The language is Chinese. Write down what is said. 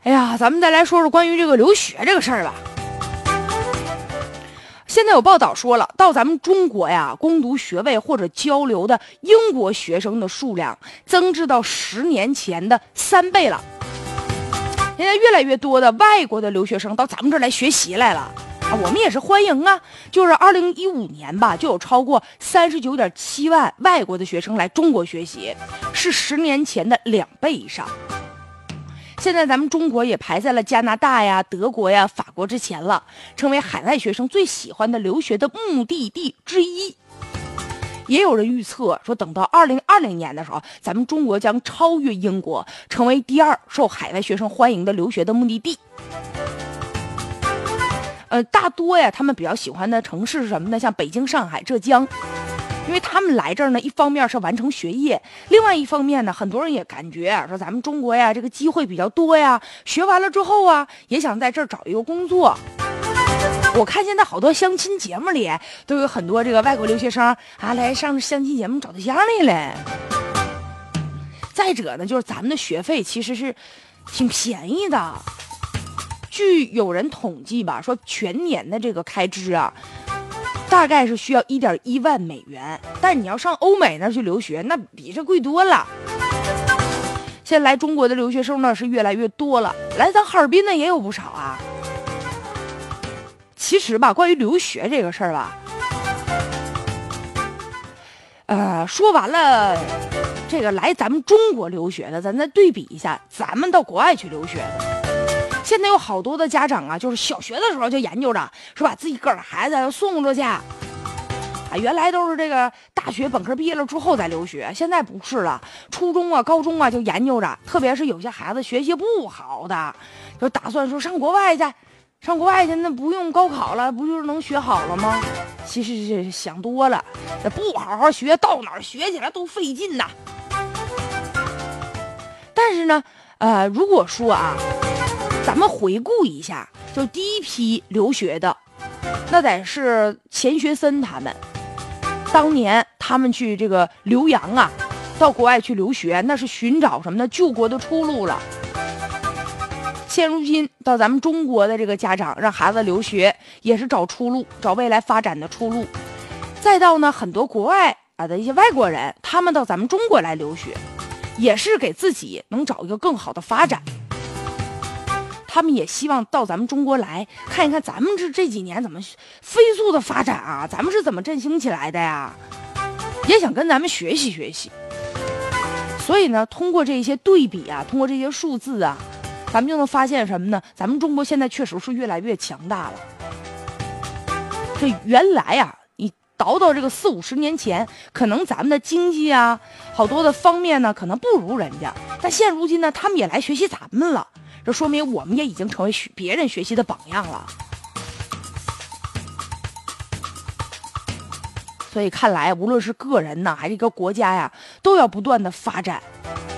哎呀，咱们再来说说关于这个留学这个事儿吧。现在有报道说了，到咱们中国呀，攻读学位或者交流的英国学生的数量增至到10年前的3倍了。现在越来越多的外国的留学生到咱们这儿来学习来了啊，我们也是欢迎啊。就是2015年吧，就有超过39.7万外国的学生来中国学习，是10年前的2倍以上。现在咱们中国也排在了加拿大呀、德国呀、法国之前了，成为海外学生最喜欢的留学的目的地之一。也有人预测说，等到2020年的时候，咱们中国将超越英国，成为第2受海外学生欢迎的留学的目的地。大多呀，他们比较喜欢的城市是什么呢？像北京、上海、浙江。因为他们来这儿呢，一方面是完成学业，另外一方面呢，很多人也感觉说咱们中国呀，这个机会比较多呀，学完了之后啊，也想在这儿找一个工作。我看现在好多相亲节目里都有很多这个外国留学生啊来上相亲节目找对象来了。再者呢，就是咱们的学费其实是挺便宜的，据有人统计吧，说全年的这个开支啊，大概是需要1.1万美元，但是你要上欧美那去留学，那比这贵多了。现在来中国的留学生呢是越来越多了，来咱哈尔滨呢也有不少啊。其实吧，关于留学这个事儿吧，说完了这个来咱们中国留学的，咱再对比一下咱们到国外去留学的。现在有好多的家长啊，就是小学的时候就研究着，说把自己个儿的孩子要送出去啊。原来都是这个大学本科毕业了之后再留学，现在不是了，初中啊、高中啊就研究着，特别是有些孩子学习不好的，就打算说上国外去，那不用高考了，不就是能学好了吗？其实是想多了，不好好学，到哪儿学起来都费劲呐。但是呢，如果说啊，咱们回顾一下，就第一批留学的，那得是钱学森他们。当年他们去这个留洋啊，到国外去留学，那是寻找什么呢？救国的出路了。现如今到咱们中国的这个家长让孩子留学，也是找出路，找未来发展的出路。再到呢，很多国外的一些外国人，他们到咱们中国来留学，也是给自己能找一个更好的发展。他们也希望到咱们中国来看一看咱们这几年怎么飞速的发展啊，咱们是怎么振兴起来的呀，也想跟咱们学习学习。所以呢，通过这些对比啊，通过这些数字啊，咱们就能发现什么呢？咱们中国现在确实是越来越强大了。这原来啊，你倒到这个40-50年前，可能咱们的经济啊，好多的方面呢，可能不如人家，但现如今呢，他们也来学习咱们了。这说明我们也已经成为别人学习的榜样了。所以看来，无论是个人呢，还是一个国家呀，都要不断的发展，